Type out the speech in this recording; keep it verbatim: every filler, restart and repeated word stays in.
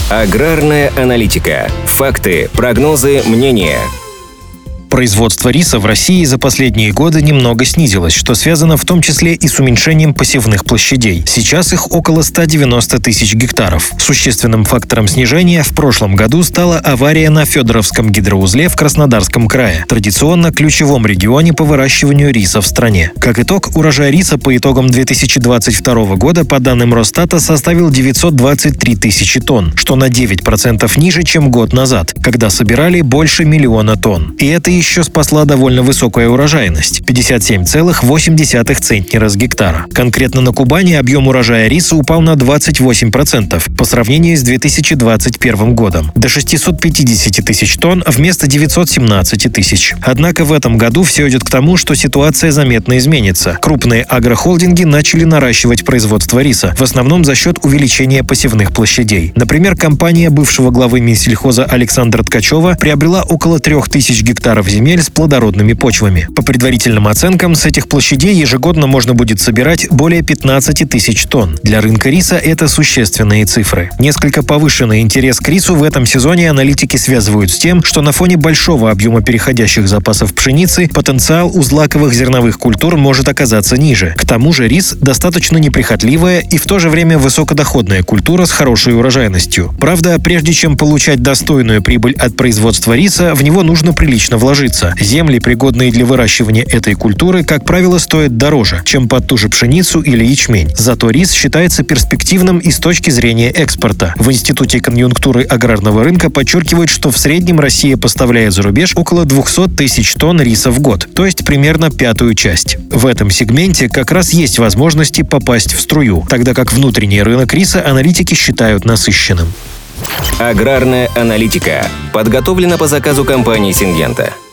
Аграрная аналитика. Факты, прогнозы, мнения. Производство риса в России за последние годы немного снизилось, что связано в том числе и с уменьшением посевных площадей. Сейчас их около ста девяноста тысяч гектаров. Существенным фактором снижения в прошлом году стала авария на Федоровском гидроузле в Краснодарском крае, традиционно ключевом регионе по выращиванию риса в стране. Как итог, урожай риса по итогам две тысячи двадцать второго года, по данным Росстата, составил девятьсот двадцать три тысячи тонн, что на девять процентов ниже, чем год назад, когда собирали больше миллиона тонн. И это еще спасла довольно высокая урожайность – пятьдесят семь целых восемь десятых центнера с гектара. Конкретно на Кубани объем урожая риса упал на двадцать восемь процентов по сравнению с две тысячи двадцать первым годом – до шестисот пятидесяти тысяч тонн вместо девятисот семнадцати тысяч. Однако в этом году все идет к тому, что ситуация заметно изменится. Крупные агрохолдинги начали наращивать производство риса, в основном за счет увеличения посевных площадей. Например, компания бывшего главы Минсельхоза Александра Ткачева приобрела около трех тысяч гектаров земель с плодородными почвами. По предварительным оценкам, с этих площадей ежегодно можно будет собирать более пятнадцати тысяч тонн. Для рынка риса это существенные цифры. Несколько повышенный интерес к рису в этом сезоне аналитики связывают с тем, что на фоне большого объема переходящих запасов пшеницы потенциал у злаковых зерновых культур может оказаться ниже. К тому же рис достаточно неприхотливая и в то же время высокодоходная культура с хорошей урожайностью. Правда, прежде чем получать достойную прибыль от производства риса, в него нужно прилично вложиться. Земли, пригодные для выращивания этой культуры, как правило, стоят дороже, чем под ту же пшеницу или ячмень. Зато рис считается перспективным и с точки зрения экспорта. В Институте конъюнктуры аграрного рынка подчеркивают, что в среднем Россия поставляет за рубеж около двухсот тысяч тонн риса в год, то есть примерно пятую часть. В этом сегменте как раз есть возможности попасть в струю, тогда как внутренний рынок риса аналитики считают насыщенным. Аграрная аналитика подготовлена по заказу компании «Сингента».